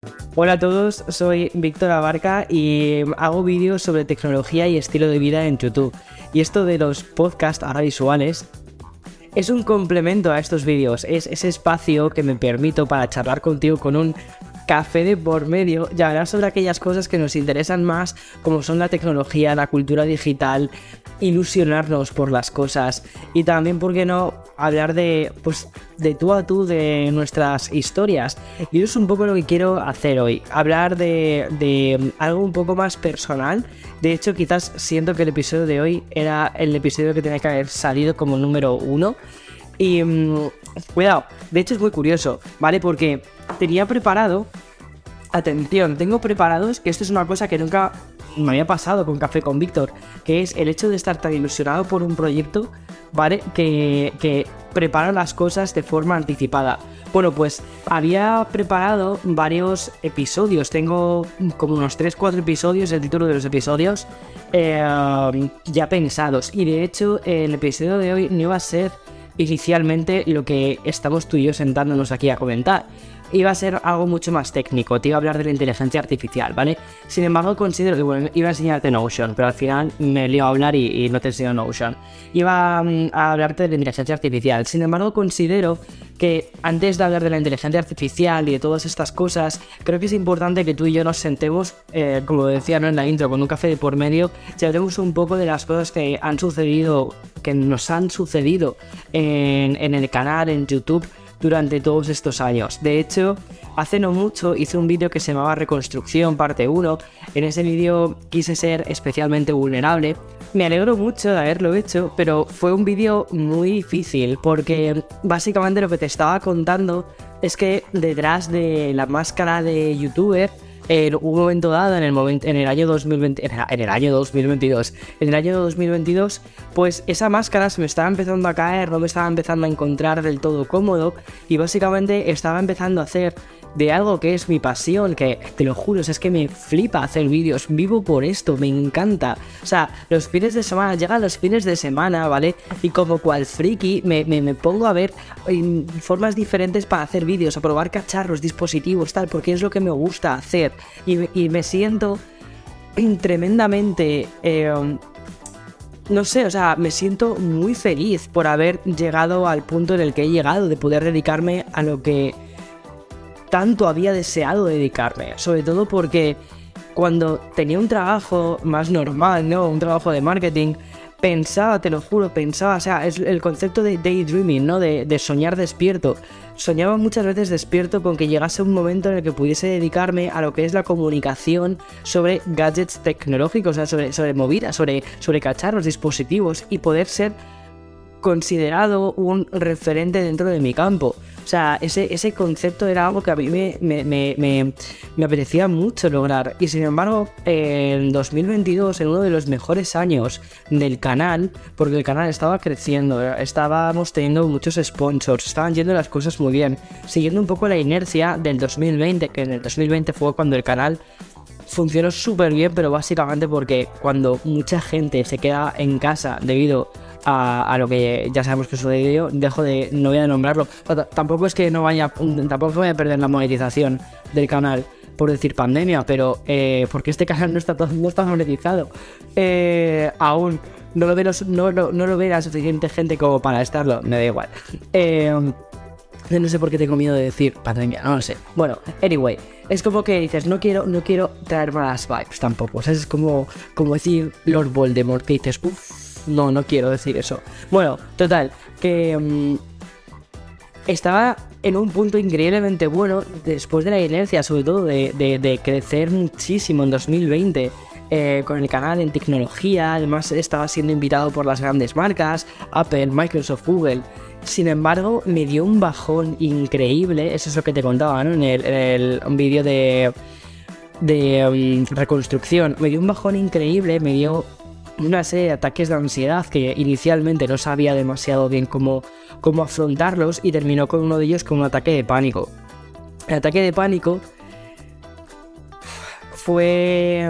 Hola a todos, soy Víctor Abarca y hago vídeos sobre tecnología y estilo de vida en YouTube. Y esto de los podcasts ahora visuales es un complemento a estos vídeos, es ese espacio que me permito para charlar contigo con un café de por medio y hablar sobre aquellas cosas que nos interesan más, como son la tecnología, la cultura digital, ilusionarnos por las cosas y también, ¿por qué no?, hablar de tú a tú de nuestras historias. Y eso es un poco lo que quiero hacer hoy, hablar de algo un poco más personal. De hecho, quizás siento que el episodio de hoy era el episodio que tenía que haber salido como número 1. Y cuidado, de hecho es muy curioso, ¿vale? Porque tenía preparado, atención, tengo preparados, que esto es una cosa que nunca me había pasado con Café con Víctor, que es el hecho de estar tan ilusionado por un proyecto, ¿vale? Que preparo las cosas de forma anticipada. Bueno, pues había preparado varios episodios, tengo como unos 3-4 episodios, el título de los episodios ya pensados. Y de hecho el episodio de hoy no iba a ser inicialmente lo que estamos tú y yo sentándonos aquí a comentar. Iba a ser algo mucho más técnico, te iba a hablar de la inteligencia artificial, ¿vale? Sin embargo, considero que, bueno, iba a enseñarte Notion, pero al final me lío a hablar y no te enseño Notion. Iba a hablarte de la inteligencia artificial. Sin embargo, considero que antes de hablar de la inteligencia artificial y de todas estas cosas, creo que es importante que tú y yo nos sentemos, como decía, ¿no?, en la intro, con un café de por medio, y hablemos un poco de las cosas que han sucedido, que nos han sucedido en el canal, en YouTube, durante todos estos años. De hecho, hace no mucho hice un vídeo que se llamaba Reconstrucción parte 1. En ese vídeo quise ser especialmente vulnerable. Me alegro mucho de haberlo hecho, pero fue un vídeo muy difícil porque básicamente lo que te estaba contando es que detrás de la máscara de youtuber, en un momento dado, en el año 2020, en el año 2022, pues esa máscara se me estaba empezando a caer, no me estaba empezando a encontrar del todo cómodo y básicamente estaba empezando a hacer de algo que es mi pasión, que te lo juro, es que me flipa hacer vídeos, vivo por esto, me encanta. O sea, los fines de semana, llegan los fines de semana, ¿vale? Y como cual friki me pongo a ver formas diferentes para hacer vídeos, a probar cacharros, dispositivos, tal, porque es lo que me gusta hacer. Y me siento tremendamente... no sé, o sea, me siento muy feliz por haber llegado al punto en el que he llegado, de poder dedicarme a lo que tanto había deseado dedicarme, sobre todo porque cuando tenía un trabajo más normal, ¿no?, un trabajo de marketing, pensaba, te lo juro, o sea, es el concepto de daydreaming, ¿no?, de soñar despierto. Soñaba muchas veces despierto con que llegase un momento en el que pudiese dedicarme a lo que es la comunicación sobre gadgets tecnológicos, o sea, sobre movidas, sobre cacharros, dispositivos, y poder ser considerado un referente dentro de mi campo. O sea, ese concepto era algo que a mí me apetecía mucho lograr. Y sin embargo, en 2022, en uno de los mejores años del canal, porque el canal estaba creciendo, estábamos teniendo muchos sponsors, estaban yendo las cosas muy bien, siguiendo un poco la inercia del 2020, que en el 2020 fue cuando el canal funcionó súper bien, pero básicamente porque cuando mucha gente se queda en casa debido a lo que ya sabemos que sucedió, no voy a nombrarlo. Tampoco es que tampoco voy a perder la monetización del canal por decir pandemia, pero porque este canal no está monetizado aún, no lo ve la suficiente gente como para estarlo, me da igual. No sé por qué tengo miedo de decir pandemia, no lo sé. Bueno, anyway, es como que dices, no quiero traer malas vibes tampoco. O sea, es como decir Lord Voldemort, que dices, no quiero decir eso. Bueno, total, que estaba en un punto increíblemente bueno después de la inercia, sobre todo de crecer muchísimo en 2020. Con el canal en tecnología, además estaba siendo invitado por las grandes marcas, Apple, Microsoft, Google. Sin embargo, me dio un bajón increíble, eso es lo que te contaba, ¿no?, en el vídeo de reconstrucción. Me dio un bajón increíble, me dio una serie de ataques de ansiedad que inicialmente no sabía demasiado bien cómo afrontarlos, y terminó con uno de ellos con un ataque de pánico. El ataque de pánico fue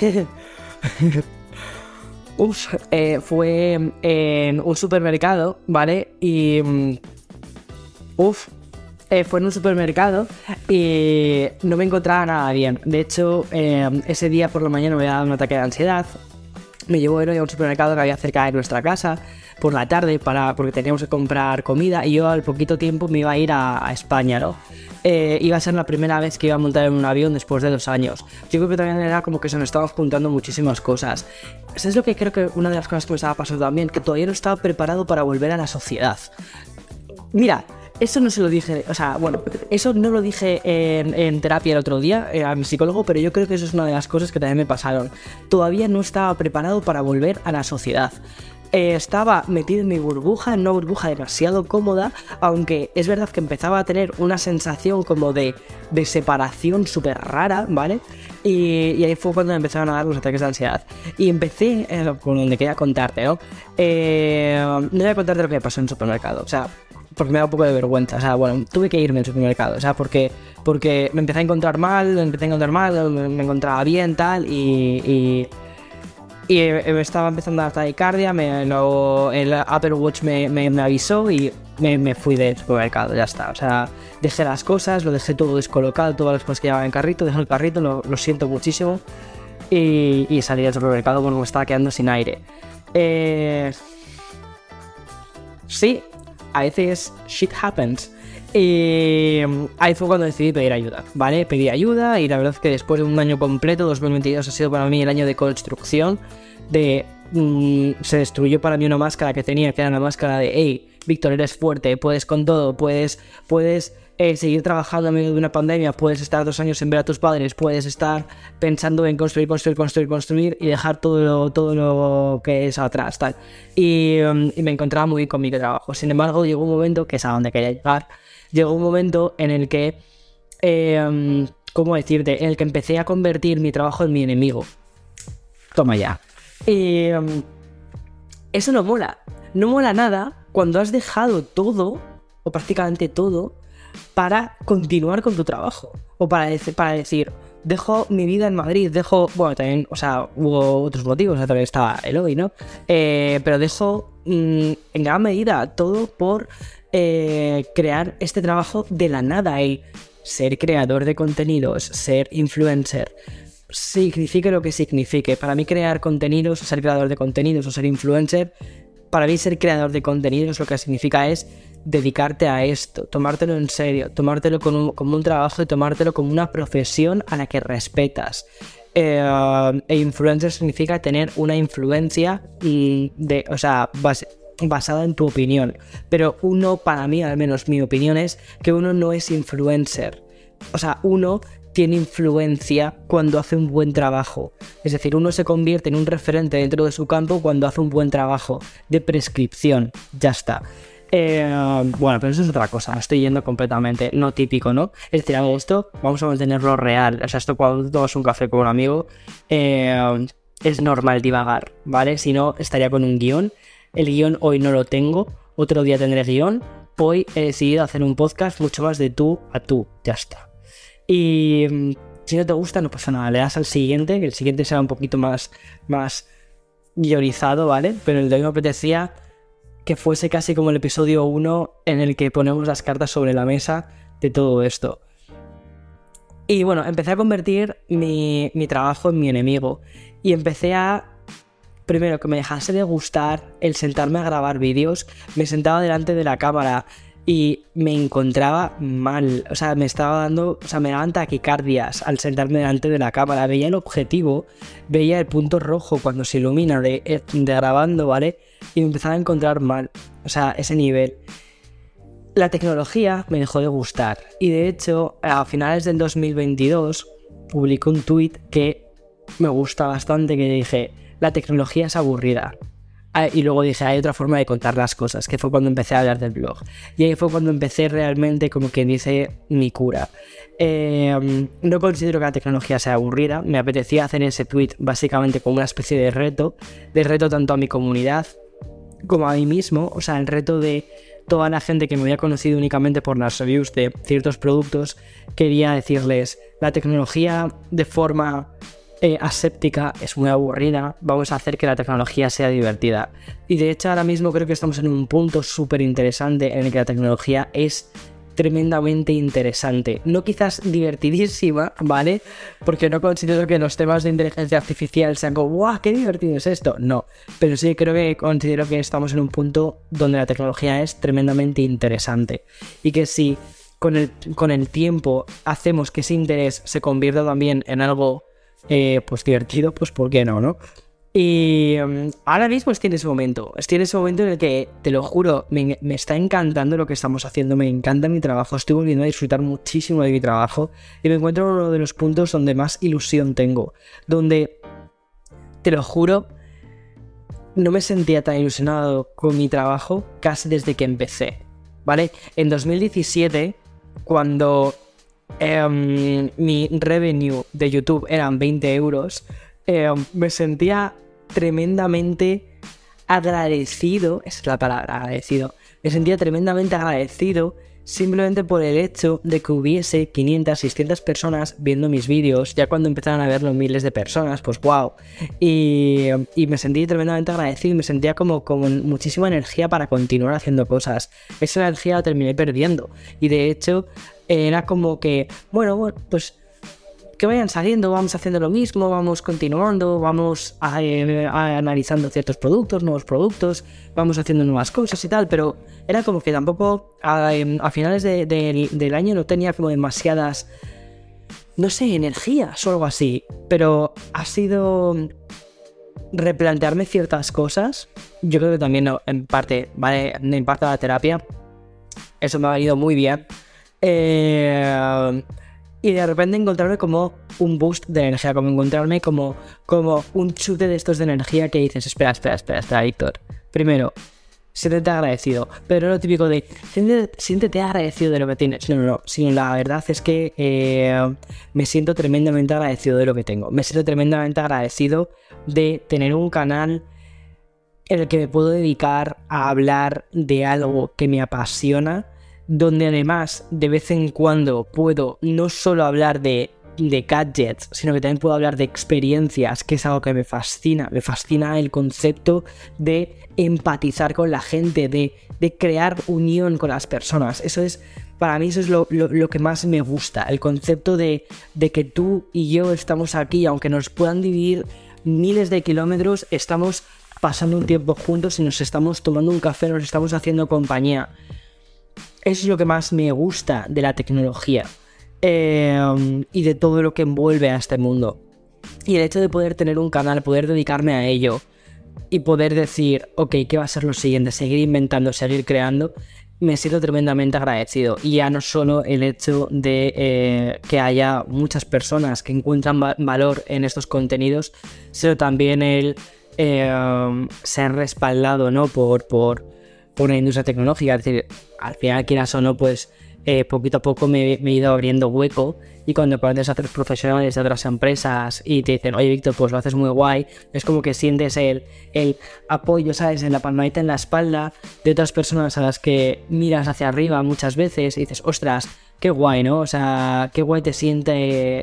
fue en un supermercado, ¿vale? Y Fue en un supermercado y no me encontraba nada bien. De hecho, ese día por la mañana me había dado un ataque de ansiedad. Me llevó a un supermercado que había cerca de nuestra casa por la tarde porque teníamos que comprar comida, y yo al poquito tiempo me iba a ir a España, ¿no? Iba a ser la primera vez que iba a montar en un avión después de 2 años. Yo creo que también era como que se nos estaban juntando muchísimas cosas. Eso es lo que creo que una de las cosas que me estaba pasando también, que todavía no estaba preparado para volver a la sociedad. Mira, eso no se lo dije, o sea, bueno, eso no lo dije en terapia el otro día a mi psicólogo, pero yo creo que eso es una de las cosas que también me pasaron. Todavía no estaba preparado para volver a la sociedad. Estaba metido en mi burbuja, en una burbuja demasiado cómoda, aunque es verdad que empezaba a tener una sensación como de separación súper rara, ¿vale? Y ahí fue cuando me empezaron a dar los ataques de ansiedad. Y empecé con donde quería contarte, ¿no? No voy a contarte lo que me pasó en el supermercado, o sea, porque me da un poco de vergüenza, o sea, bueno, tuve que irme al supermercado, o sea, porque me empecé a encontrar mal, me encontraba bien, tal, y me estaba empezando a dar taquicardia, el Apple Watch me avisó y me fui del supermercado, ya está, o sea, dejé las cosas, lo dejé todo descolocado, todas las cosas que llevaba en carrito, dejé el carrito, lo siento muchísimo, y salí del supermercado porque me estaba quedando sin aire. Sí, a veces shit happens. Y ahí fue cuando decidí pedir ayuda, ¿vale? Pedí ayuda y la verdad es que después de un año completo, 2022 ha sido para mí el año de construcción. Se destruyó para mí una máscara que tenía, que era la máscara de hey, Víctor, eres fuerte, puedes con todo, puedes seguir trabajando en medio de una pandemia, puedes estar 2 años sin ver a tus padres, puedes estar pensando en construir y dejar todo lo que es atrás, tal. Y me encontraba muy bien con mi trabajo. Sin embargo, llegó un momento, que es a donde quería llegar, llegó un momento en el que, ¿cómo decirte? En el que empecé a convertir mi trabajo en mi enemigo. Toma ya. Eso no mola. No mola nada cuando has dejado todo, o prácticamente todo, para continuar con tu trabajo. O para decir, dejo mi vida en Madrid, bueno, también, o sea, hubo otros motivos, o sea, también estaba Eloy, ¿no? Pero dejo en gran medida todo por crear este trabajo de la nada y ser creador de contenidos, ser influencer, signifique lo que signifique. Para mí crear contenidos, ser creador de contenidos o ser influencer, para mí ser creador de contenidos lo que significa es dedicarte a esto, tomártelo en serio, tomártelo como un trabajo y tomártelo como una profesión a la que respetas. Influencer significa tener una influencia basada en tu opinión. Pero para mí, al menos mi opinión es que uno no es influencer. O sea, uno tiene influencia cuando hace un buen trabajo. Es decir, uno se convierte en un referente dentro de su campo cuando hace un buen trabajo de prescripción. Ya está. Bueno, pero eso es otra cosa. Estoy yendo completamente no típico, ¿no? Es decir, hago esto, vamos a mantenerlo real. O sea, esto cuando tomas un café con un amigo, es normal divagar, ¿vale? Si no, estaría con un guión. El guión hoy no lo tengo. Otro día tendré guión. Hoy he decidido hacer un podcast mucho más de tú a tú. Ya está. Y si no te gusta, no pasa nada. Le das al siguiente, que el siguiente será un poquito más guionizado, ¿vale? Pero el de hoy me apetecía que fuese casi como el episodio 1 en el que ponemos las cartas sobre la mesa de todo esto. Y bueno, empecé a convertir mi trabajo en mi enemigo. Y empecé a, primero, que me dejase de gustar el sentarme a grabar vídeos. Me sentaba delante de la cámara y me encontraba mal. O sea, me daban taquicardias al sentarme delante de la cámara. Veía el objetivo, veía el punto rojo cuando se ilumina de grabando, ¿vale? Y me empezaba a encontrar mal. O sea, ese nivel. La tecnología me dejó de gustar. Y de hecho, a finales del 2022, publiqué un tweet que me gusta bastante, que dije, la tecnología es aburrida. Y luego dije, hay otra forma de contar las cosas, que fue cuando empecé a hablar del blog. Y ahí fue cuando empecé realmente, como quien dice, mi cura. No considero que la tecnología sea aburrida. Me apetecía hacer ese tweet básicamente como una especie de reto tanto a mi comunidad como a mí mismo. O sea, el reto de toda la gente que me había conocido únicamente por las reviews de ciertos productos. Quería decirles, la tecnología de forma aséptica es muy aburrida, vamos a hacer que la tecnología sea divertida. Y de hecho ahora mismo creo que estamos en un punto súper interesante en el que la tecnología es tremendamente interesante. No quizás divertidísima, ¿vale? Porque no considero que los temas de inteligencia artificial sean como ¡guau, qué divertido es esto! No, pero sí considero que estamos en un punto donde la tecnología es tremendamente interesante. Y que si con el tiempo hacemos que ese interés se convierta también en algo pues divertido, pues ¿por qué no, no? Y ahora mismo estoy en ese momento en el que, te lo juro, me está encantando lo que estamos haciendo, me encanta mi trabajo, estoy volviendo a disfrutar muchísimo de mi trabajo y me encuentro en uno de los puntos donde más ilusión tengo, donde, te lo juro, no me sentía tan ilusionado con mi trabajo casi desde que empecé, ¿vale? En 2017, cuando mi revenue de YouTube eran 20 euros, me sentía tremendamente agradecido, esa es la palabra, agradecido. Me sentía tremendamente agradecido simplemente por el hecho de que hubiese 500, 600 personas viendo mis vídeos, ya cuando empezaron a verlo miles de personas, pues wow. Y me sentí tremendamente agradecido y me sentía como con muchísima energía para continuar haciendo cosas. Esa energía la terminé perdiendo y de hecho era como que, bueno, pues que vayan saliendo, vamos haciendo lo mismo, vamos continuando, vamos analizando ciertos productos, nuevos productos, vamos haciendo nuevas cosas y tal, pero era como que tampoco a finales del año no tenía como demasiadas, no sé, energías o algo así, pero ha sido replantearme ciertas cosas. Yo creo que también en parte, ¿vale? En parte de la terapia, eso me ha venido muy bien. Y de repente encontrarme como un boost de energía, como encontrarme como un chute de estos de energía que dices, espera, Víctor. Primero, siéntete agradecido, pero no lo típico de siéntete agradecido de lo que tienes. No, sino la verdad es que me siento tremendamente agradecido de lo que tengo. Me siento tremendamente agradecido de tener un canal en el que me puedo dedicar a hablar de algo que me apasiona, donde además de vez en cuando puedo no solo hablar de gadgets, sino que también puedo hablar de experiencias, que es algo que me fascina el concepto de empatizar con la gente, de crear unión con las personas. Para mí eso es lo que más me gusta, el concepto de que tú y yo estamos aquí, aunque nos puedan dividir miles de kilómetros, estamos pasando un tiempo juntos y nos estamos tomando un café, nos estamos haciendo compañía. Eso es lo que más me gusta de la tecnología y de todo lo que envuelve a este mundo. Y el hecho de poder tener un canal, poder dedicarme a ello y poder decir, ok, ¿qué va a ser lo siguiente? Seguir inventando, seguir creando, me siento tremendamente agradecido. Y ya no solo el hecho de que haya muchas personas que encuentran valor en estos contenidos, sino también el ser respaldado, ¿no? por una industria tecnológica. Es decir, al final, quieras o no, pues poquito a poco me he ido abriendo hueco, y cuando conoces a otros profesionales de otras empresas y te dicen, oye Víctor, pues lo haces muy guay, es como que sientes el apoyo, ¿sabes? En la palmadita en la espalda de otras personas a las que miras hacia arriba muchas veces y dices, ostras, qué guay, ¿no? O sea, qué guay te sienta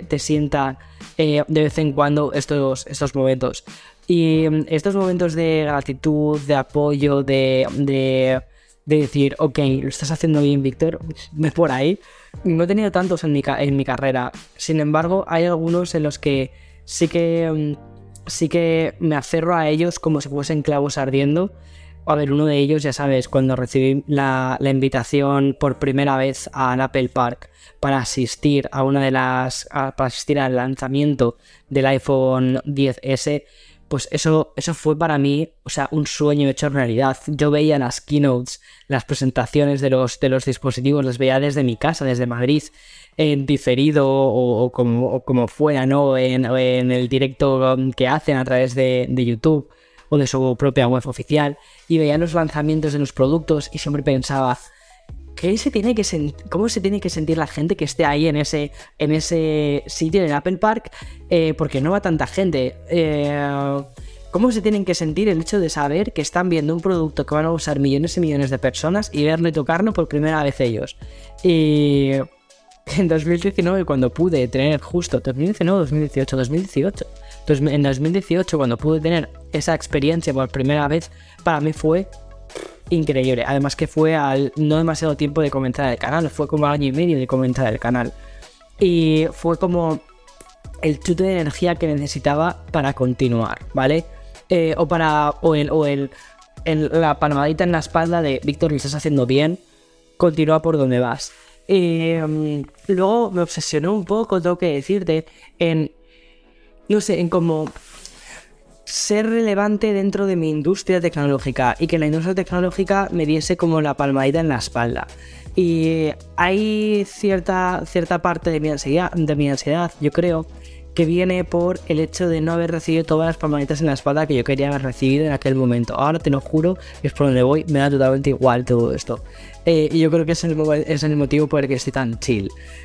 de vez en cuando estos momentos. Y estos momentos de gratitud, de apoyo, de decir, ok, lo estás haciendo bien, Víctor, ve por ahí. No he tenido tantos en mi carrera. Sin embargo, hay algunos en los que sí que me aferro a ellos como si fuesen clavos ardiendo. A ver, uno de ellos, ya sabes, cuando recibí la invitación por primera vez al Apple Park para asistir para asistir al lanzamiento del iPhone XS, pues eso fue para mí, o sea, un sueño hecho realidad. Yo veía las keynotes, las presentaciones de los dispositivos, las veía desde mi casa, desde Madrid, en diferido o como fuera, ¿no? En el directo que hacen a través de YouTube o de su propia web oficial, y veía los lanzamientos de los productos y siempre pensaba, ¿cómo se tiene que sentir la gente que esté ahí en ese sitio, en el Apple Park? Porque no va tanta gente. ¿Cómo se tienen que sentir el hecho de saber que están viendo un producto que van a usar millones y millones de personas y verlo y tocarlo por primera vez ellos? Y en 2019, cuando pude tener justo... 2018. En 2018, cuando pude tener esa experiencia por primera vez, para mí fue increíble. Además que fue al no demasiado tiempo de comenzar el canal, fue como año y medio de comenzar el canal. Y fue como el chute de energía que necesitaba para continuar, ¿vale? La palmadita en la espalda de Víctor, lo estás haciendo bien, continúa por donde vas. Luego me obsesionó un poco, tengo que decirte, en cómo ser relevante dentro de mi industria tecnológica y que la industria tecnológica me diese como la palmadita en la espalda. Y hay cierta parte de mi ansiedad, yo creo, que viene por el hecho de no haber recibido todas las palmaditas en la espalda que yo quería haber recibido en aquel momento. Ahora te lo juro, es por donde voy, me da totalmente igual todo esto. Y yo creo que es el motivo por el que estoy tan chill.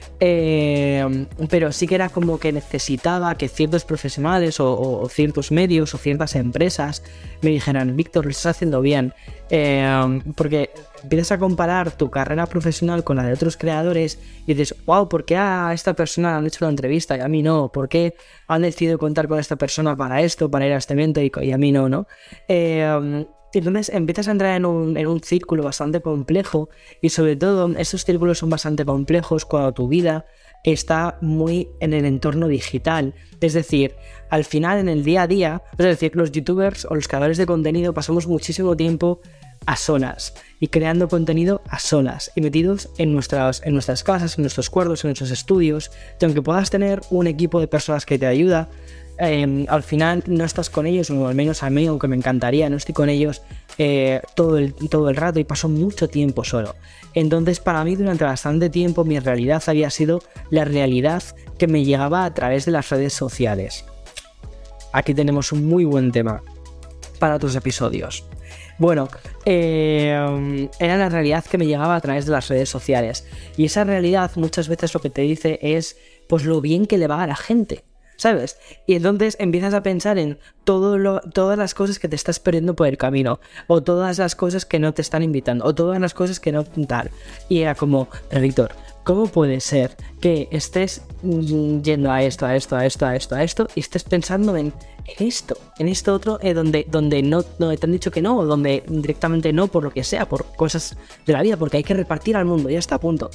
Pero sí que era como que necesitaba que ciertos profesionales o ciertos medios o ciertas empresas me dijeran: Víctor, lo estás haciendo bien, porque empiezas a comparar tu carrera profesional con la de otros creadores y dices: wow, ¿por qué a esta persona le han hecho la entrevista y a mí no? ¿Por qué han decidido contar con esta persona para esto, para ir a este evento y a mí no? Entonces empiezas a entrar en un círculo bastante complejo, y sobre todo estos círculos son bastante complejos cuando tu vida está muy en el entorno digital. Es decir, al final en el día a día, es decir, los youtubers o los creadores de contenido pasamos muchísimo tiempo a solas y creando contenido a solas y metidos en nuestras casas, en nuestros cuartos, en nuestros estudios. Y aunque puedas tener un equipo de personas que te ayuda, al final no estás con ellos, o al menos a mí, aunque me encantaría, no estoy con ellos todo el rato, y paso mucho tiempo solo. Entonces, para mí, durante bastante tiempo, mi realidad había sido la realidad que me llegaba a través de las redes sociales. Aquí tenemos un muy buen tema para otros episodios. Bueno, era la realidad que me llegaba a través de las redes sociales, y esa realidad muchas veces lo que te dice es pues lo bien que le va a la gente, ¿sabes? Y entonces empiezas a pensar en todas las cosas que te estás perdiendo por el camino, o todas las cosas que no te están invitando, o todas las cosas que no tal. Y era como: pero Víctor, ¿cómo puede ser que estés yendo a esto, y estés pensando en esto otro, donde no te han dicho que no, o donde directamente no, por lo que sea, por cosas de la vida, porque hay que repartir al mundo, ya está, a punto.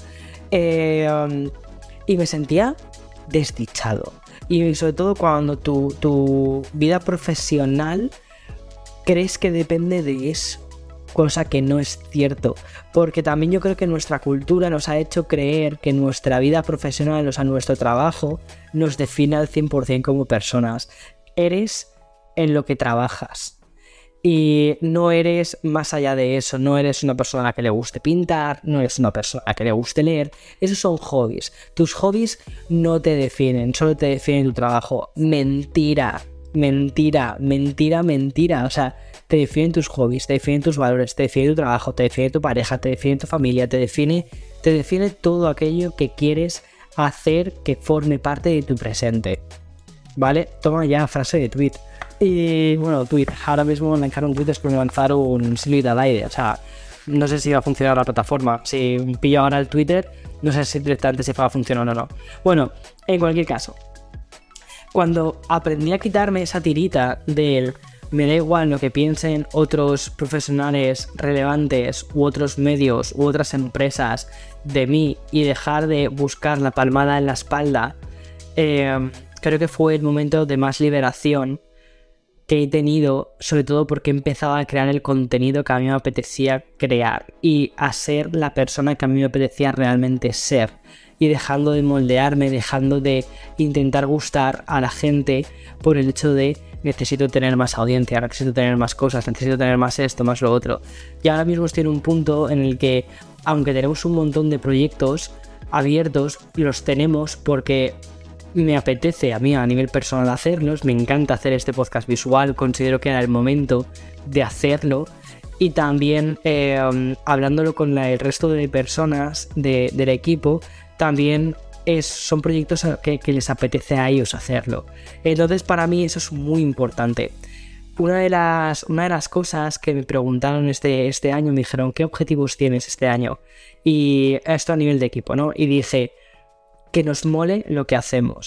Y me sentía desdichado. Y sobre todo cuando tu vida profesional crees que depende de eso, cosa que no es cierto, porque también yo creo que nuestra cultura nos ha hecho creer que nuestra vida profesional, o sea, nuestro trabajo, nos define al 100% como personas. Eres en lo que trabajas. Y no eres más allá de eso, no eres una persona a la que le guste pintar, no eres una persona a la que le guste leer. Esos son hobbies. Tus hobbies no te definen, solo te definen tu trabajo. Mentira. O sea, te definen tus hobbies, te definen tus valores, te define tu trabajo, te define tu pareja, te define tu familia, te define todo aquello que quieres hacer que forme parte de tu presente. ¿Vale? Toma ya frase de tweet. Y bueno, tweet. Ahora mismo lanzar un tweet es como lanzar un silbido al aire. O sea, no sé si va a funcionar la plataforma. Si pillo ahora el Twitter, no sé si directamente si va a funcionar o no. Bueno, en cualquier caso, cuando aprendí a quitarme esa tirita del me da igual lo que piensen otros profesionales relevantes u otros medios u otras empresas de mí, y dejar de buscar la palmada en la espalda, creo que fue el momento de más liberación que he tenido, sobre todo porque he empezado a crear el contenido que a mí me apetecía crear y a ser la persona que a mí me apetecía realmente ser, y dejando de moldearme, dejando de intentar gustar a la gente por el hecho de necesito tener más audiencia, necesito tener más cosas, necesito tener más esto, más lo otro. Y ahora mismo estoy en un punto en el que, aunque tenemos un montón de proyectos abiertos, los tenemos porque me apetece a mí a nivel personal hacerlos. Me encanta hacer este podcast visual, considero que era el momento de hacerlo, y también hablándolo con el resto de personas del equipo, también son proyectos que les apetece a ellos hacerlo. Entonces para mí eso es muy importante. Una de las cosas que me preguntaron este año, me dijeron: ¿qué objetivos tienes este año? Y esto a nivel de equipo, ¿no? Y dije: que nos mole lo que hacemos.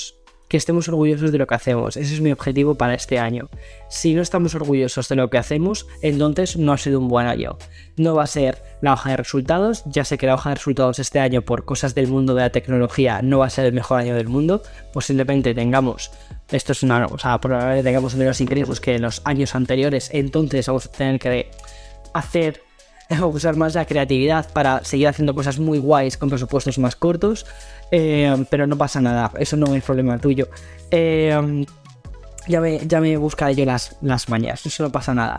que estemos orgullosos de lo que hacemos. Ese es mi objetivo para este año. Si no estamos orgullosos de lo que hacemos, entonces no ha sido un buen año. No va a ser la hoja de resultados. Ya sé que la hoja de resultados este año, por cosas del mundo de la tecnología, no va a ser el mejor año del mundo. Posiblemente tengamos, probablemente tengamos menos ingresos que en los años anteriores. Entonces vamos a tener que usar más la creatividad para seguir haciendo cosas muy guays con presupuestos más cortos, pero no pasa nada, eso no es problema tuyo. Ya me buscaré yo las mañas, eso no pasa nada.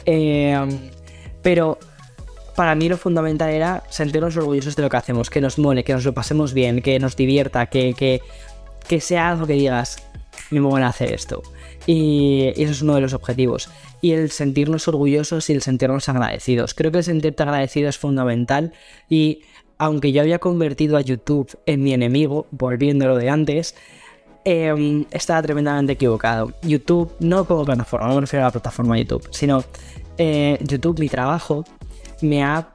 Pero para mí lo fundamental era sentirnos orgullosos de lo que hacemos, que nos mole, que nos lo pasemos bien, que nos divierta, que sea algo que digas, me mola hacer esto. Y eso es uno de los objetivos. Y el sentirnos orgullosos y el sentirnos agradecidos. Creo que el sentirte agradecido es fundamental. Y aunque yo había convertido a YouTube en mi enemigo, volviéndolo de antes, estaba tremendamente equivocado. YouTube, no como plataforma, no me refiero a la plataforma YouTube, sino YouTube, mi trabajo, me ha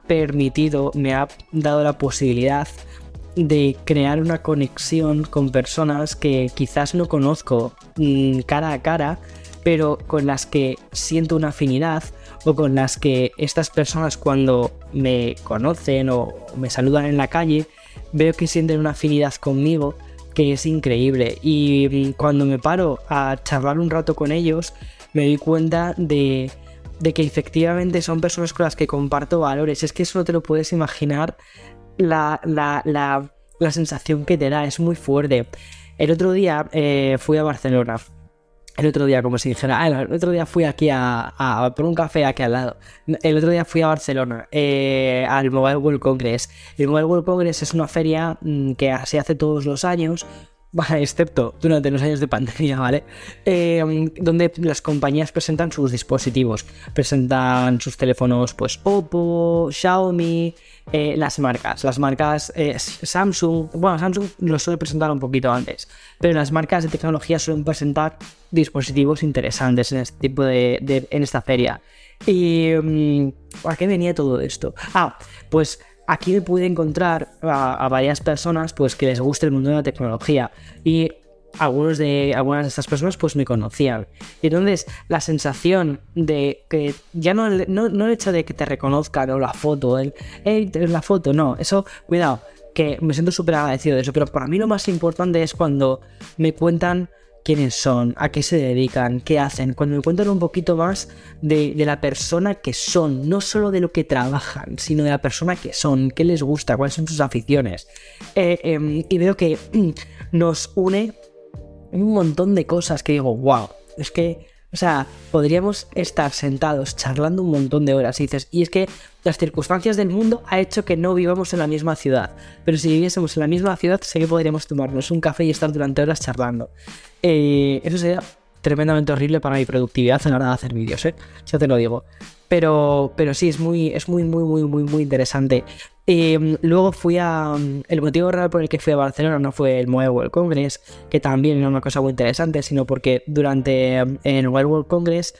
dado la posibilidad de crear una conexión con personas que quizás no conozco cara a cara, pero con las que siento una afinidad, o con las que estas personas, cuando me conocen o me saludan en la calle, veo que sienten una afinidad conmigo que es increíble. Y cuando me paro a charlar un rato con ellos, me doy cuenta de que efectivamente son personas con las que comparto valores. Es que eso no te lo puedes imaginar. La sensación que te da es muy fuerte. El otro día fui a Barcelona. El otro día, como si dijera, el otro día fui aquí a por un café aquí al lado. El otro día fui a Barcelona, al Mobile World Congress. El Mobile World Congress es una feria que se hace todos los años, excepto durante los años de pandemia, ¿vale? Donde las compañías presentan sus dispositivos, presentan sus teléfonos, pues Oppo, Xiaomi, las marcas Samsung. Bueno, Samsung lo suele presentar un poquito antes, pero las marcas de tecnología suelen presentar dispositivos interesantes en este tipo en esta feria. ¿Y a qué venía todo esto? Pues aquí me pude encontrar a varias personas pues que les gusta el mundo de la tecnología, y algunas de estas personas pues me conocían. Y entonces la sensación de que ya no el hecho de que te reconozcan o la foto, la foto, no, eso, cuidado, que me siento súper agradecido de eso, pero para mí lo más importante es cuando me cuentan quiénes son, a qué se dedican, qué hacen, cuando me cuentan un poquito más de la persona que son, no solo de lo que trabajan, sino de la persona que son, qué les gusta, cuáles son sus aficiones. Y veo que nos une un montón de cosas que digo, wow, es que, podríamos estar sentados charlando un montón de horas, y dices, y es que las circunstancias del mundo ha hecho que no vivamos en la misma ciudad, pero si viviésemos en la misma ciudad sé que podríamos tomarnos un café y estar durante horas charlando. Eso sería tremendamente horrible para mi productividad a la hora de hacer vídeos, ya te lo digo. Pero sí, es muy interesante. Luego fui el motivo real por el que fui a Barcelona no fue el Mobile World Congress, que también era una cosa muy interesante, sino porque durante el Mobile World Congress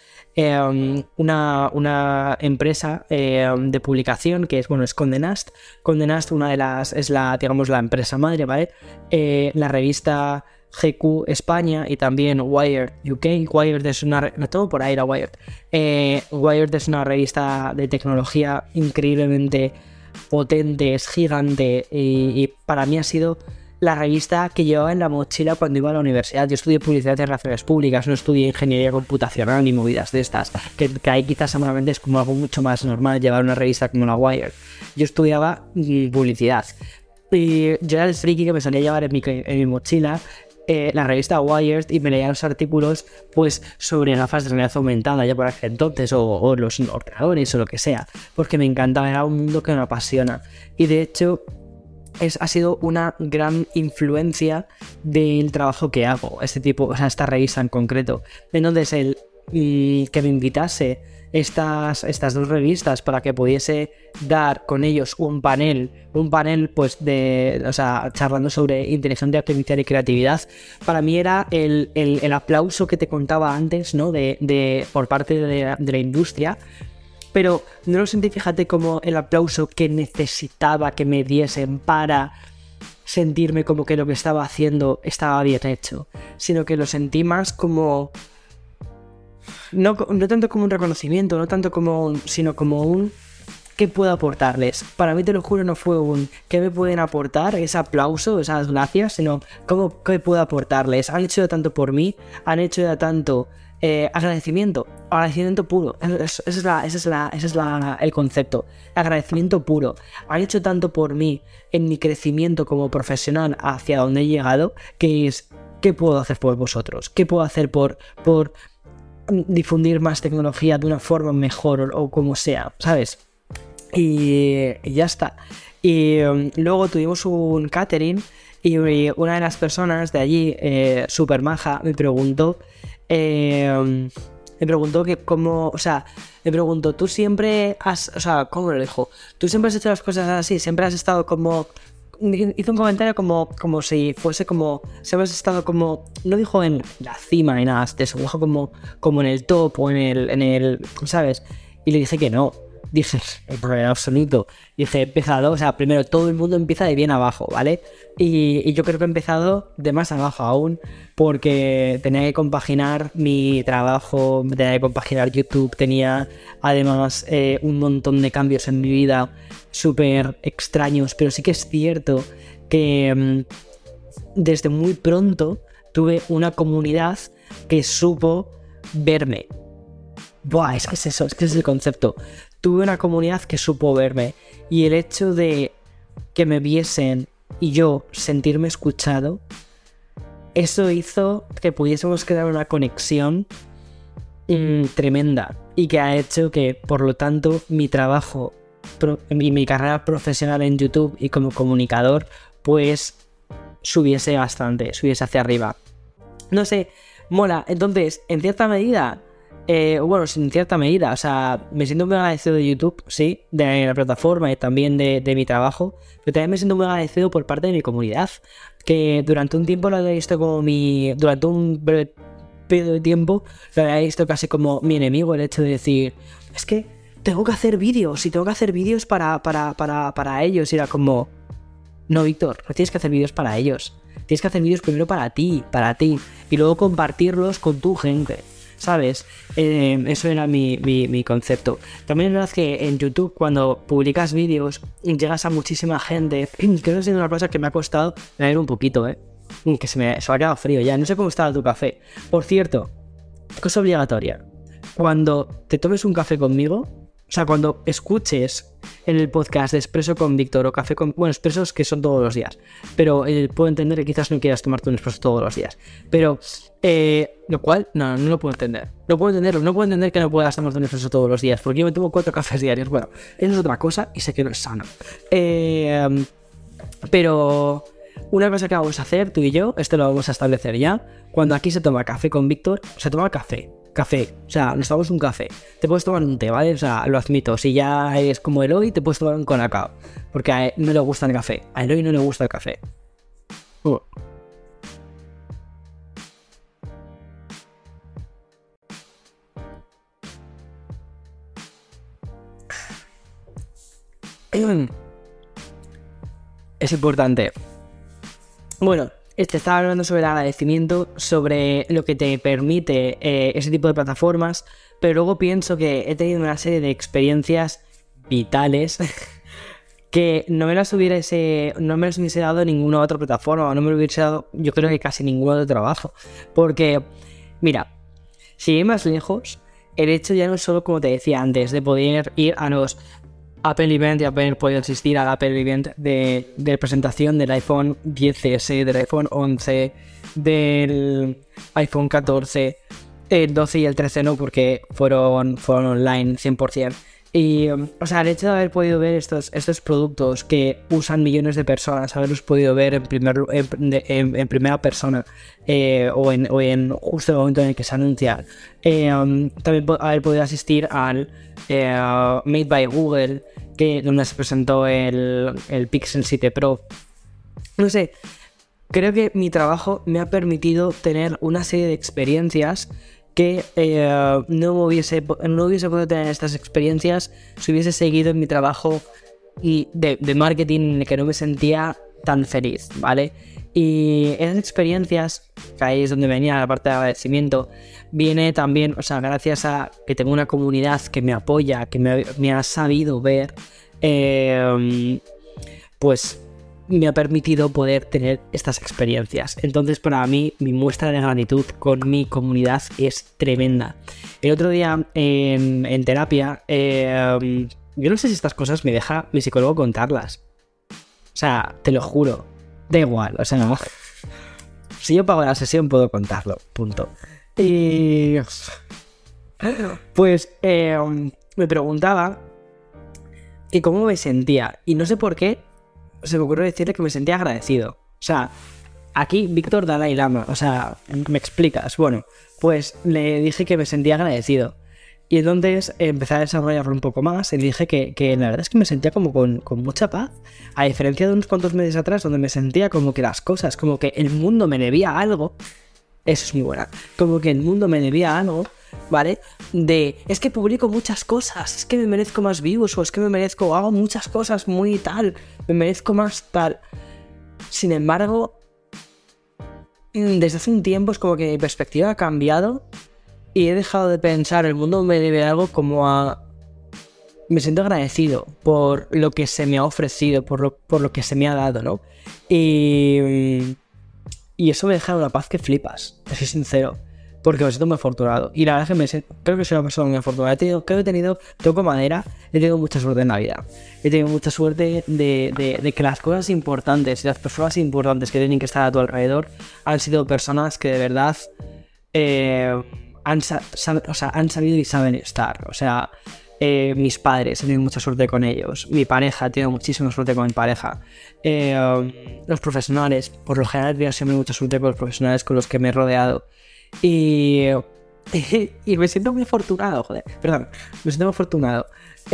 una empresa de publicación que es Condé Nast, es la empresa madre, ¿vale? La revista GQ España y también Wired UK. Wired es lo tengo por ahí, Wired. Wired es una revista de tecnología increíblemente potente, es gigante, y para mí ha sido la revista que llevaba en la mochila cuando iba a la universidad. Yo estudié publicidad y relaciones públicas, no estudié ingeniería computacional ni movidas de estas, que ahí quizás seguramente es como algo mucho más normal llevar una revista como la Wired. Yo estudiaba publicidad y yo era el friki que me solía llevar en mi mochila la revista Wired, y me leía los artículos pues sobre gafas de realidad aumentada ya por aquel entonces, o los ordenadores o lo que sea, porque me encantaba, era un mundo que me apasiona. Y de hecho ha sido una gran influencia del trabajo que hago, esta revista en concreto. Entonces el que me invitase estas dos revistas para que pudiese dar con ellos un panel pues charlando sobre inteligencia artificial y creatividad, para mí era el aplauso que te contaba antes, ¿no? por parte de la industria. Pero no lo sentí, fíjate, como el aplauso que necesitaba que me diesen para sentirme como que lo que estaba haciendo estaba bien hecho, sino que lo sentí más como... No tanto como un reconocimiento, no tanto como sino como un... ¿Qué puedo aportarles? Para mí, te lo juro, no fue un ¿qué me pueden aportar? Ese aplauso, esas gracias, sino ¿qué puedo aportarles? Han hecho ya tanto por mí, han hecho ya tanto agradecimiento puro. Ese es el concepto, agradecimiento puro. Han hecho tanto por mí en mi crecimiento como profesional hacia donde he llegado, que es ¿qué puedo hacer por vosotros? ¿Qué puedo hacer por difundir más tecnología de una forma mejor o como sea, ¿sabes? Y ya está. Y luego tuvimos un catering y una de las personas de allí, súper maja, me preguntó que cómo, o sea, me preguntó, tú siempre has, o sea, ¿cómo lo dijo? Tú siempre has hecho las cosas así, siempre has estado como... Hizo un comentario como si fuese como... Siempre has estado como... No dijo en la cima ni nada de eso, dijo como en el top o en el ¿sabes? Y le dije que no. Dije, en absoluto. Dije, he empezado, o sea, primero todo el mundo empieza de bien abajo, ¿vale? Y yo creo que he empezado de más abajo aún, porque tenía que compaginar mi trabajo, tenía que compaginar YouTube, tenía además un montón de cambios en mi vida súper extraños, pero sí que es cierto que desde muy pronto tuve una comunidad que supo verme. Buah, es que es eso, es que es el concepto. Tuve una comunidad que supo verme, y el hecho de que me viesen y yo sentirme escuchado, eso hizo que pudiésemos crear una conexión tremenda, y que ha hecho que, por lo tanto, mi trabajo y mi carrera profesional en YouTube y como comunicador pues subiese bastante, subiese hacia arriba. No sé, mola. Entonces, en cierta medida... bueno, en cierta medida, o sea, me siento muy agradecido de YouTube, sí, de la plataforma y también de mi trabajo, pero también me siento muy agradecido por parte de mi comunidad, que durante un tiempo lo había visto como durante un breve periodo de tiempo, lo había visto casi como mi enemigo, el hecho de decir, es que tengo que hacer vídeos, y tengo que hacer vídeos para ellos, y era como, no, Víctor, no tienes que hacer vídeos para ellos, tienes que hacer vídeos primero para ti, y luego compartirlos con tu gente, ¿sabes? Eso era mi concepto. También es verdad que en YouTube, cuando publicas vídeos, llegas a muchísima gente. Que eso ha sido una cosa que me ha costado leer un poquito, que se me ha quedado frío ya. No sé cómo estaba tu café. Por cierto, cosa obligatoria. Cuando te tomes un café conmigo, o sea, cuando escuches en el podcast de Expreso con Víctor o Café con... Bueno, expresos que son todos los días. Pero puedo entender que quizás no quieras tomarte un expreso todos los días. Pero, lo cual, no lo puedo entender. No puedo entender que no puedas tomarte un expreso todos los días. Porque yo me tomo 4 cafés diarios. Bueno, eso es otra cosa y sé que no es sano. Pero... Una cosa que vamos a hacer, tú y yo, esto lo vamos a establecer ya. Cuando aquí se toma café con Víctor, se toma café, o sea, nos tomamos un café. Te puedes tomar un té, ¿vale? O sea, lo admito. Si ya es como Eloy, te puedes tomar un Colacao, porque a él no le gusta el café. A Eloy no le gusta el café. Es importante. Bueno, estaba hablando sobre el agradecimiento, sobre lo que te permite ese tipo de plataformas, pero luego pienso que he tenido una serie de experiencias vitales que no me las hubiese dado en ninguna otra plataforma, o no me lo hubiese dado, yo creo que casi ningún otro trabajo. Porque, mira, si ir más lejos, el hecho ya no es solo, como te decía antes, de poder ir a los Apple Event y haber podido asistir al Apple Event de presentación del iPhone 10S, del iPhone 11, del iPhone 14, el 12 y el 13 no, porque fueron online 100%. Y, o sea, el hecho de haber podido ver estos productos que usan millones de personas, haberlos podido ver en primera persona, o en justo el momento en el que se anuncian, también haber podido asistir al Made by Google, donde se presentó el Pixel 7 Pro. No sé, creo que mi trabajo me ha permitido tener una serie de experiencias que no hubiese podido tener estas experiencias si hubiese seguido en mi trabajo y de marketing, en el que no me sentía tan feliz, ¿vale? Y esas experiencias, que ahí es donde venía la parte de agradecimiento, viene también, o sea, gracias a que tengo una comunidad que me apoya, que me ha sabido ver, pues me ha permitido poder tener estas experiencias. Entonces, para mí, mi muestra de gratitud con mi comunidad es tremenda. El otro día en terapia, yo no sé si estas cosas me deja mi psicólogo contarlas. O sea, te lo juro. Da igual, o sea, no. Si yo pago la sesión, puedo contarlo. Punto. Y pues me preguntaba que cómo me sentía. Y no sé por qué se me ocurrió decirle que me sentía agradecido. O sea, aquí Víctor Dalai Lama. O sea, ¿me explicas? Bueno, pues le dije que me sentía agradecido. Y entonces empecé a desarrollarlo un poco más y le dije que la verdad es que me sentía como con mucha paz. A diferencia de unos cuantos meses atrás donde me sentía como que las cosas, como que el mundo me debía algo. Eso es muy buena. Como que el mundo me debía algo, ¿vale? Es que publico muchas cosas, es que me merezco más views, o es que hago muchas cosas muy tal, me merezco más tal. Sin embargo, desde hace un tiempo es como que mi perspectiva ha cambiado. Y he dejado de pensar el mundo me debe algo como a... Me siento agradecido por lo que se me ha ofrecido, por lo que se me ha dado, ¿no? Y eso me deja una paz que flipas, te soy sincero. Porque me siento muy afortunado. Y la verdad es que creo que soy una persona muy afortunada. Toco madera, he tenido mucha suerte en la vida. He tenido mucha suerte de que las cosas importantes y las personas importantes que tienen que estar a tu alrededor han sido personas que de verdad... han sabido y saben estar. O sea, mis padres, he tenido mucha suerte con ellos. Mi pareja, he tenido muchísima suerte con mi pareja. Los profesionales, por lo general he tenido siempre mucha suerte con los profesionales con los que me he rodeado. Y me siento muy afortunado, me siento muy afortunado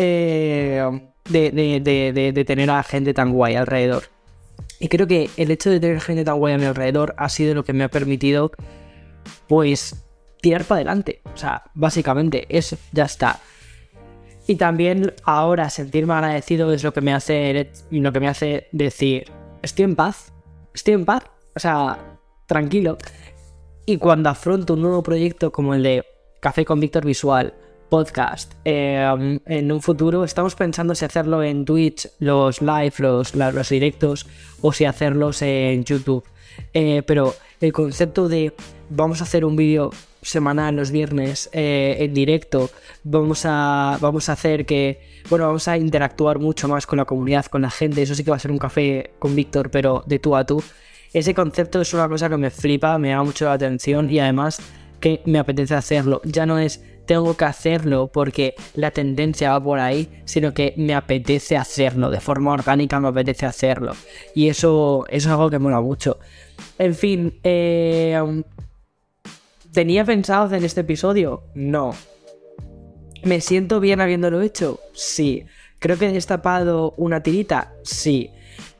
de tener a gente tan guay alrededor. Y creo que el hecho de tener gente tan guay a mi alrededor ha sido lo que me ha permitido, pues, tirar para adelante. O sea, básicamente eso, ya está. Y también ahora sentirme agradecido es lo que me hace decir, estoy en paz, o sea, tranquilo. Y cuando afronto un nuevo proyecto como el de Café con Víctor Visual, podcast, en un futuro estamos pensando si hacerlo en Twitch, los live, los directos, o si hacerlos en YouTube. Pero el concepto de vamos a hacer un vídeo semanal los viernes en directo, vamos a hacer vamos a interactuar mucho más con la comunidad, con la gente. Eso sí que va a ser un café con Víctor, pero de tú a tú. Ese concepto es una cosa que me flipa, me llama mucho la atención y además que me apetece hacerlo. Ya no es tengo que hacerlo porque la tendencia va por ahí, sino que me apetece hacerlo, de forma orgánica me apetece hacerlo. Y eso es algo que me mola mucho. En fin, ¿tenía pensado hacer este episodio? No. ¿Me siento bien habiéndolo hecho? Sí. ¿Creo que he destapado una tirita? Sí.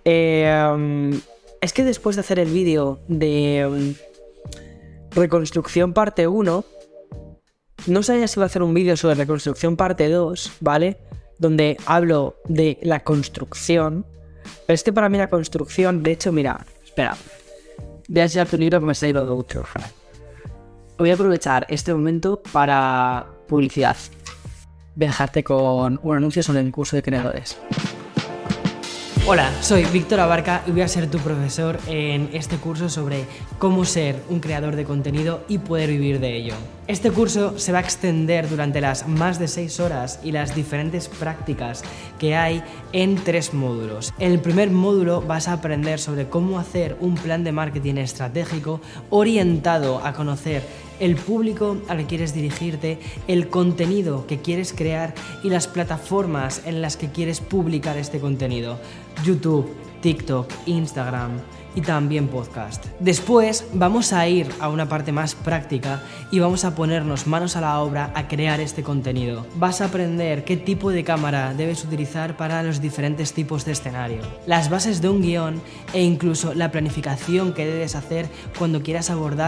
Es que después de hacer el vídeo de reconstrucción parte 1, no sabía si iba a hacer un vídeo sobre reconstrucción parte 2, ¿vale? Donde hablo de la construcción. Pero es que para mí la construcción, de hecho, mira, espera. Voy a enseñarte un libro que me está yendo mucho. Voy a aprovechar este momento para publicidad. Voy a dejarte con un anuncio sobre el curso de creadores. Hola, soy Víctor Abarca y voy a ser tu profesor en este curso sobre cómo ser un creador de contenido y poder vivir de ello. Este curso se va a extender durante las más de 6 horas y las diferentes prácticas que hay en 3 módulos. En el primer módulo vas a aprender sobre cómo hacer un plan de marketing estratégico orientado a conocer el público al que quieres dirigirte, el contenido que quieres crear y las plataformas en las que quieres publicar este contenido: YouTube, TikTok, Instagram y también podcast. Después vamos a ir a una parte más práctica y vamos a ponernos manos a la obra a crear este contenido. Vas a aprender qué tipo de cámara debes utilizar para los diferentes tipos de escenario, las bases de un guión e incluso la planificación que debes hacer cuando quieras abordar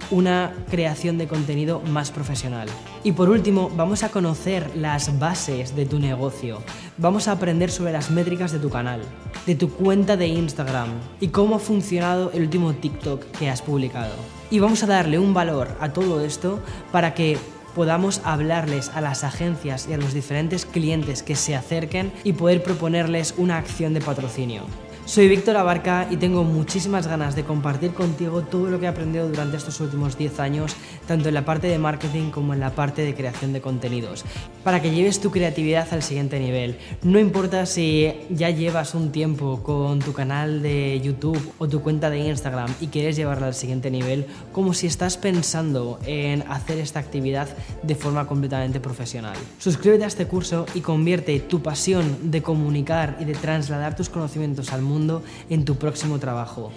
una creación de contenido más profesional. Y por último, vamos a conocer las bases de tu negocio. Vamos a aprender sobre las métricas de tu canal, de tu cuenta de Instagram y cómo ha funcionado el último TikTok que has publicado. Y vamos a darle un valor a todo esto para que podamos hablarles a las agencias y a los diferentes clientes que se acerquen y poder proponerles una acción de patrocinio. Soy Víctor Abarca y tengo muchísimas ganas de compartir contigo todo lo que he aprendido durante estos últimos 10 años, tanto en la parte de marketing como en la parte de creación de contenidos, para que lleves tu creatividad al siguiente nivel. No importa si ya llevas un tiempo con tu canal de YouTube o tu cuenta de Instagram y quieres llevarla al siguiente nivel, como si estás pensando en hacer esta actividad de forma completamente profesional. Suscríbete a este curso y convierte tu pasión de comunicar y de trasladar tus conocimientos al mundo en tu próximo trabajo.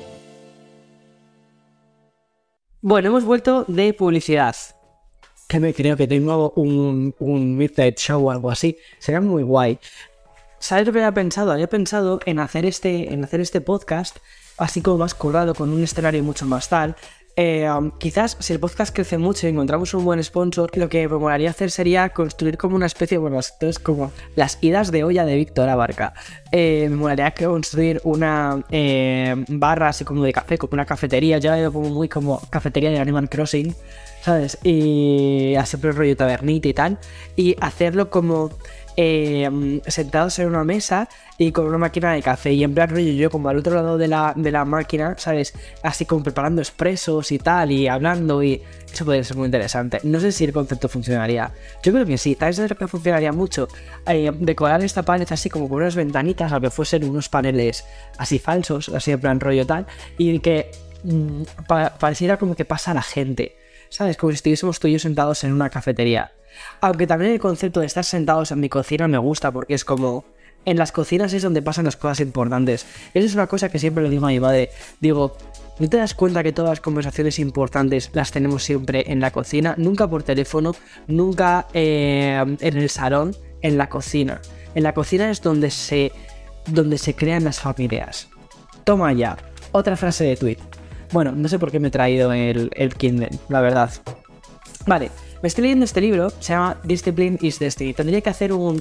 Bueno, hemos vuelto de publicidad. Que me creo que tengo un Midnight Show o algo así. Sería muy guay. ¿Sabes lo que había pensado? Había pensado en hacer este podcast así como más currado, con un escenario mucho más tal. Quizás si el podcast crece mucho y encontramos un buen sponsor, lo que me molaría hacer sería construir como una especie, bueno, esto es como las idas de olla de Víctor Abarca. Me molaría construir una barra así como de café, como una cafetería, ya veo como muy como cafetería de Animal Crossing, ¿sabes? Y así por el rollo tabernita y tal, y hacerlo como sentados en una mesa y con una máquina de café, y en plan rollo yo como al otro lado de la máquina, ¿sabes? Así como preparando expresos y tal, y hablando, y eso podría ser muy interesante. No sé si el concepto funcionaría. Yo creo que sí. Tal vez lo que funcionaría mucho, decorar esta pared así como con unas ventanitas, aunque fuesen unos paneles así falsos, así en plan rollo tal, y que pareciera como que pasa la gente, ¿sabes? Como si estuviésemos tú y yo sentados en una cafetería. Aunque también el concepto de estar sentados en mi cocina me gusta, porque es como... En las cocinas es donde pasan las cosas importantes. Esa es una cosa que siempre le digo a mi madre. Digo, ¿no te das cuenta que todas las conversaciones importantes las tenemos siempre en la cocina? Nunca por teléfono, nunca en el salón, en la cocina. En la cocina es donde se crean las familias. Toma ya, otra frase de tweet. Bueno, no sé por qué me he traído el Kindle, la verdad. Vale, me estoy leyendo este libro, se llama Discipline is Destiny. Tendría que hacer un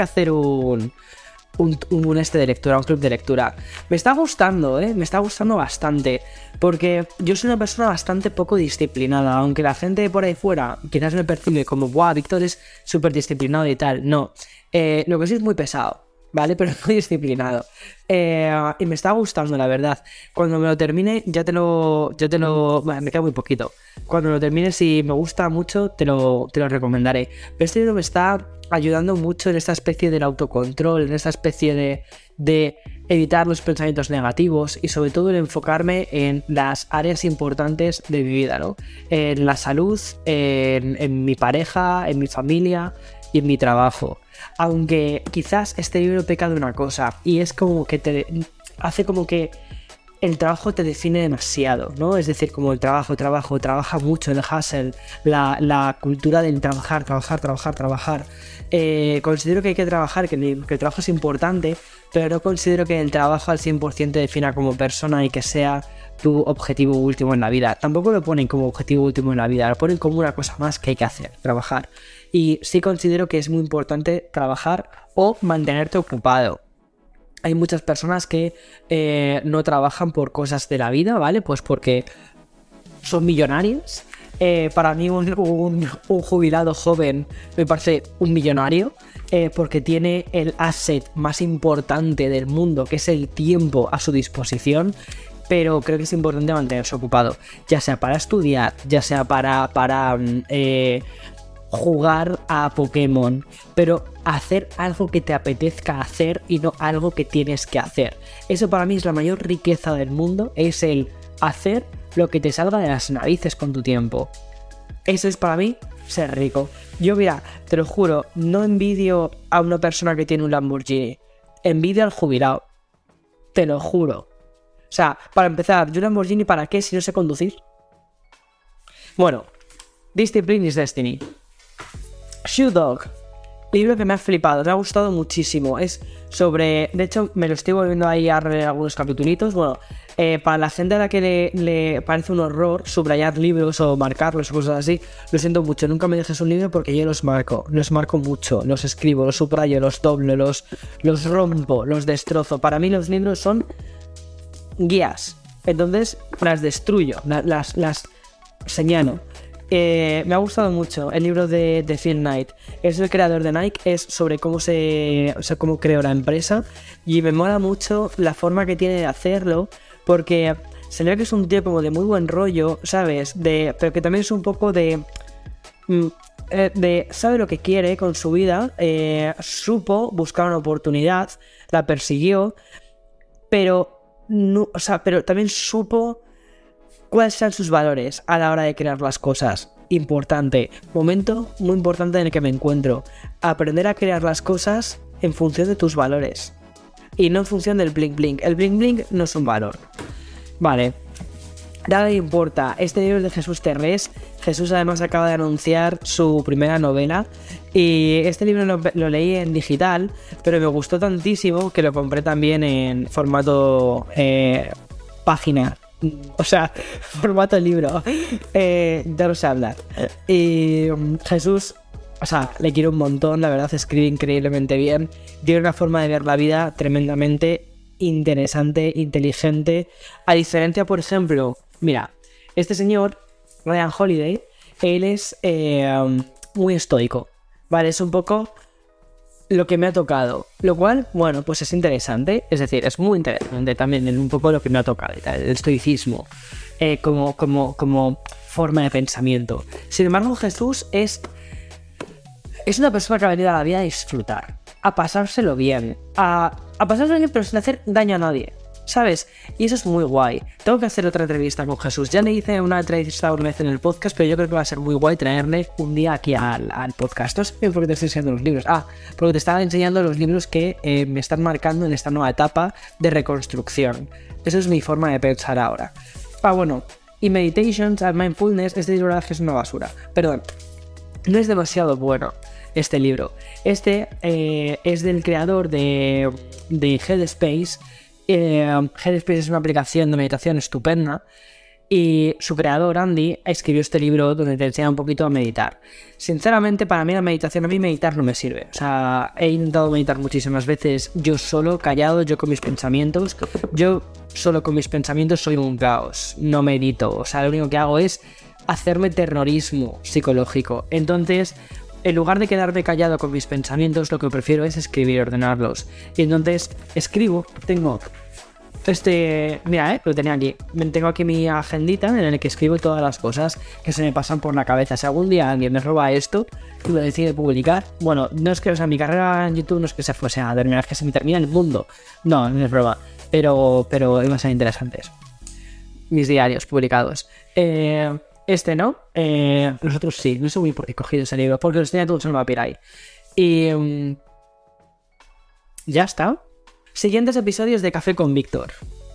de lectura, un club de lectura. Me está gustando, me está gustando bastante, porque yo soy una persona bastante poco disciplinada, aunque la gente por ahí fuera quizás me percibe como, ¡buah, Víctor es súper disciplinado y tal! No, lo que sí es muy pesado, ¿vale? Pero muy disciplinado. Y me está gustando, la verdad. Cuando me lo termine, bueno, me queda muy poquito. Cuando lo termine, si me gusta mucho, te lo recomendaré. Pero este libro me está ayudando mucho en esta especie del autocontrol, en esta especie de evitar los pensamientos negativos y sobre todo en enfocarme en las áreas importantes de mi vida, ¿no? En la salud, en mi pareja, en mi familia y en mi trabajo. Aunque quizás este libro peca de una cosa, y es como que te hace como que el trabajo te define demasiado, ¿no? Es decir, como el trabaja mucho, el hustle, la cultura del trabajar. Considero que hay que trabajar, que el trabajo es importante, pero no considero que el trabajo al 100% te defina como persona y que sea tu objetivo último en la vida. Tampoco lo ponen como objetivo último en la vida, lo ponen como una cosa más que hay que hacer, trabajar. Y sí considero que es muy importante trabajar o mantenerte ocupado. Hay muchas personas que no trabajan por cosas de la vida, ¿vale? Pues porque son millonarios. Para mí un jubilado joven me parece un millonario, porque tiene el asset más importante del mundo, que es el tiempo a su disposición. Pero creo que es importante mantenerse ocupado, ya sea para estudiar, ya sea para jugar a Pokémon, pero hacer algo que te apetezca hacer y no algo que tienes que hacer. Eso para mí es la mayor riqueza del mundo, es el hacer lo que te salga de las narices con tu tiempo. Eso es para mí ser rico. Yo, mira, te lo juro, no envidio a una persona que tiene un Lamborghini, envidio al jubilado, te lo juro. O sea, para empezar, ¿yo un Lamborghini para qué si no sé conducir? Bueno, Discipline is Destiny. Shoe Dog, libro que me ha flipado, me ha gustado muchísimo. Es sobre... De hecho, me lo estoy volviendo ahí a leer algunos capitulitos. Bueno, Para la gente a la que le parece un horror subrayar libros o marcarlos o cosas así, lo siento mucho, nunca me dejes un libro porque yo los marco mucho, los escribo, los subrayo, los doblo, los rompo, los destrozo. Para mí los libros son guías, entonces las destruyo, las señalo. Me ha gustado mucho el libro de Phil Knight. Es el creador de Nike, es sobre cómo cómo creó la empresa, y me mola mucho la forma que tiene de hacerlo, porque se ve que es un tío como de muy buen rollo, ¿sabes? Pero que también es un poco de sabe lo que quiere con su vida, supo buscar una oportunidad, la persiguió, pero pero también supo cuáles son sus valores a la hora de crear las cosas. Importante, momento muy importante en el que me encuentro. Aprender a crear las cosas en función de tus valores y no en función del bling bling. El bling bling no es un valor. Vale, nada le importa. Este libro es de Jesús Terrés. Jesús además acaba de anunciar su primera novela, y este libro lo leí en digital, pero me gustó tantísimo que lo compré también en formato página. O sea, formato libro. Ya no sé hablar. Y Jesús, o sea, le quiero un montón. La verdad, escribe increíblemente bien. Tiene una forma de ver la vida tremendamente interesante, inteligente. A diferencia, por ejemplo, mira, este señor, Ryan Holiday, él es muy estoico, ¿vale? Es un poco lo que me ha tocado, lo cual, bueno, pues es interesante, es decir, es muy interesante también en un poco lo que me ha tocado, el estoicismo como forma de pensamiento. Sin embargo, Jesús es una persona que ha venido a la vida a disfrutar, a pasárselo bien, a pasárselo bien, pero sin hacer daño a nadie, ¿sabes? Y eso es muy guay. Tengo que hacer otra entrevista con Jesús. Ya le hice una entrevista una vez en el podcast, pero yo creo que va a ser muy guay traerle un día aquí al podcast. No sé bien por qué te estoy enseñando los libros. Porque te estaba enseñando los libros que me están marcando en esta nueva etapa de reconstrucción. Esa es mi forma de pensar ahora. Bueno, y Meditations and Mindfulness, este libro es una basura. Perdón, no es demasiado bueno este libro. Este es del creador de Headspace. Headspace es una aplicación de meditación estupenda, y su creador, Andy, escribió este libro donde te enseña un poquito a meditar. Sinceramente, para mí la meditación, a mí meditar no me sirve. O sea, he intentado meditar muchísimas veces yo solo, callado, yo con mis pensamientos. Yo solo con mis pensamientos soy un caos, no medito. O sea, lo único que hago es hacerme terrorismo psicológico. Entonces, en lugar de quedarme callado con mis pensamientos, lo que prefiero es escribir y ordenarlos. Y entonces escribo, tengo mira, lo tenía aquí. Tengo aquí mi agendita en la que escribo todas las cosas que se me pasan por la cabeza. Si algún día alguien me roba esto y lo decide publicar, bueno, no es que, o sea, mi carrera en YouTube no es que se fuese a terminar, es que se me termina el mundo. No, no es broma. Pero iban a ser interesantes mis diarios publicados. ¿No? Los otros sí. No sé muy por qué he cogido ese libro, porque los tenía todos en el Vapiray. Y ya está. Siguientes episodios de Café con Víctor.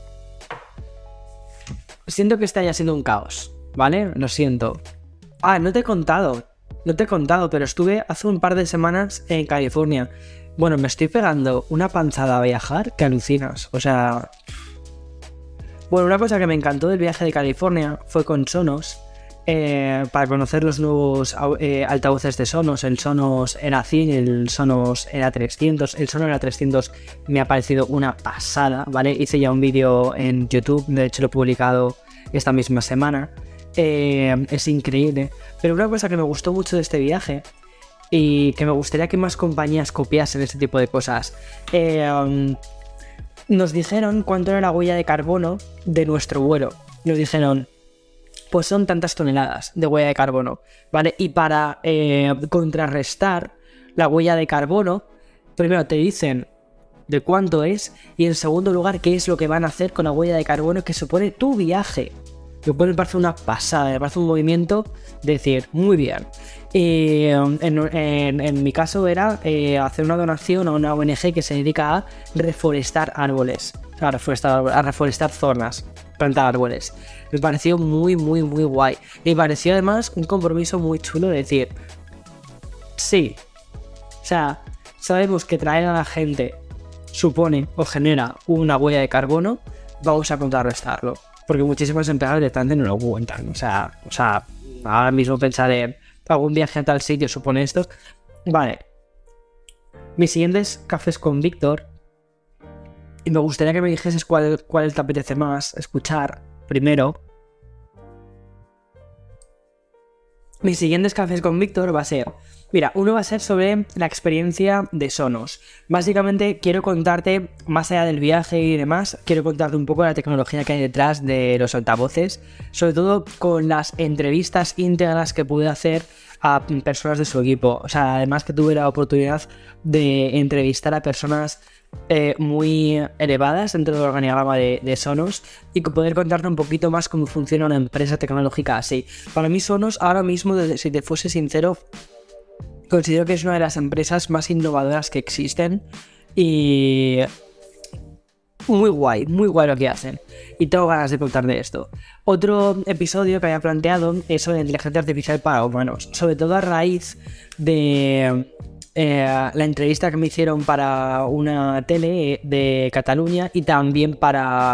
Siento que este haya sido un caos, ¿vale? Lo siento. No te he contado, pero estuve hace un par de semanas en California. Bueno, me estoy pegando una panzada a viajar que alucinas. O sea... Bueno, una cosa que me encantó del viaje de California fue con Sonos. Para conocer los nuevos altavoces de Sonos. El Sonos era 100, el Sonos era 300. El Sonos era 300 me ha parecido una pasada, ¿vale? Hice ya un vídeo en YouTube, de hecho lo he publicado esta misma semana. Es increíble. Pero una cosa que me gustó mucho de este viaje, y que me gustaría que más compañías copiasen este tipo de cosas, nos dijeron cuánto era la huella de carbono de nuestro vuelo. Nos dijeron, pues son tantas toneladas de huella de carbono, ¿vale? Y para contrarrestar la huella de carbono, primero te dicen de cuánto es, y en segundo lugar, qué es lo que van a hacer con la huella de carbono que supone tu viaje. Lo cual me parece una pasada, me parece un movimiento de decir, muy bien. Y en mi caso era hacer una donación a una ONG que se dedica a reforestar árboles, a reforestar zonas, plantar árboles. Me pareció muy, muy, muy guay. Y me pareció además un compromiso muy chulo de decir, sí, o sea, sabemos que traer a la gente supone o genera una huella de carbono, vamos a contrarrestarlo. Porque muchísimas empresas directamente no lo cuentan. O sea, ahora mismo pensar en algún viaje a tal sitio supone esto. Vale. Mis siguientes cafés con Víctor. Y me gustaría que me dijeses cuál te apetece más escuchar primero. Mis siguientes cafés con Víctor va a ser... Mira, uno va a ser sobre la experiencia de Sonos. Básicamente quiero contarte, más allá del viaje y demás, quiero contarte un poco la tecnología que hay detrás de los altavoces, sobre todo con las entrevistas íntegras que pude hacer a personas de su equipo. O sea, además que tuve la oportunidad de entrevistar a personas muy elevadas dentro del organigrama de Sonos y poder contarte un poquito más cómo funciona una empresa tecnológica así. Para mí Sonos ahora mismo, si te fuese sincero, considero que es una de las empresas más innovadoras que existen y muy guay lo que hacen. Y tengo ganas de contar de esto. Otro episodio que había planteado es sobre inteligencia artificial para humanos, sobre todo a raíz de la entrevista que me hicieron para una tele de Cataluña y también para...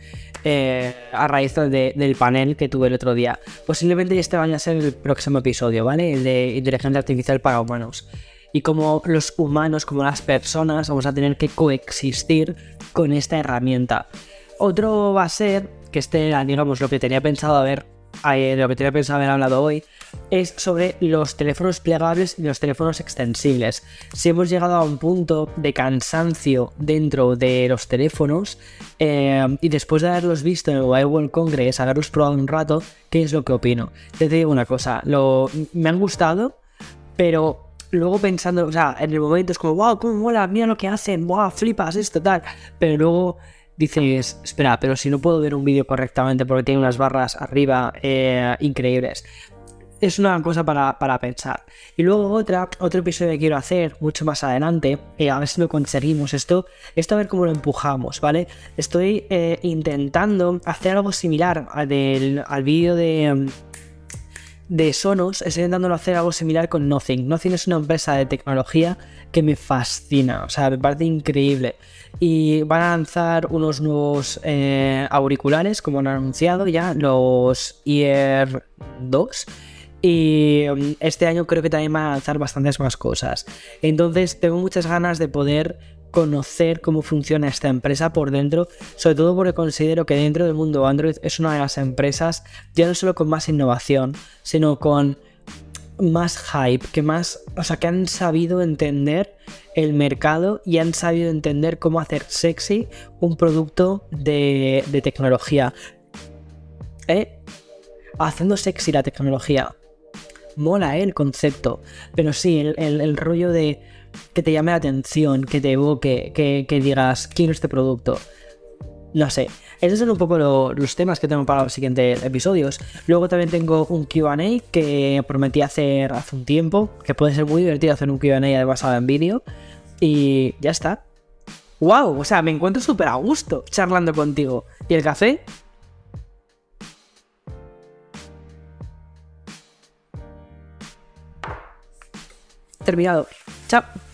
a raíz del panel que tuve el otro día. Posiblemente este vaya a ser el próximo episodio, ¿vale? El de inteligencia artificial para humanos. Y como los humanos, como las personas, vamos a tener que coexistir con esta herramienta. Otro va a ser, que digamos, lo que tenía pensado haber hablado hoy, es sobre los teléfonos plegables y los teléfonos extensibles. Si hemos llegado a un punto de cansancio dentro de los teléfonos y después de haberlos visto en el Mobile World Congress, haberlos probado un rato, ¿qué es lo que opino? Te digo una cosa, me han gustado, pero luego pensando, o sea, en el momento es como, wow, cómo mola, mira lo que hacen, wow, flipas, esto, tal, pero luego dices, espera, pero si no puedo ver un vídeo correctamente porque tiene unas barras arriba increíbles. Es una cosa para pensar. Y luego otro episodio que quiero hacer mucho más adelante, a ver si lo conseguimos esto a ver cómo lo empujamos, ¿vale? Estoy intentando hacer algo similar al vídeo de Sonos. Estoy intentándolo hacer algo similar con Nothing. Nothing es una empresa de tecnología que me fascina, o sea, me parece increíble. Y van a lanzar unos nuevos auriculares, como han anunciado ya, los Ear 2. Y este año creo que también van a lanzar bastantes más cosas. Entonces tengo muchas ganas de poder conocer cómo funciona esta empresa por dentro, sobre todo porque considero que dentro del mundo Android es una de las empresas ya no solo con más innovación, sino con más hype, que han sabido entender el mercado y han sabido entender cómo hacer sexy un producto de tecnología. Haciendo sexy la tecnología. Mola el concepto, pero sí, el rollo de que te llame la atención, que te evoque, que digas, quiero este producto. No sé, esos son un poco los temas que tengo para los siguientes episodios. Luego también tengo un Q&A que prometí hacer hace un tiempo, que puede ser muy divertido hacer un Q&A además en vídeo. Y ya está. ¡Wow! O sea, me encuentro súper a gusto charlando contigo. ¿Y el café? Terminado. Chao.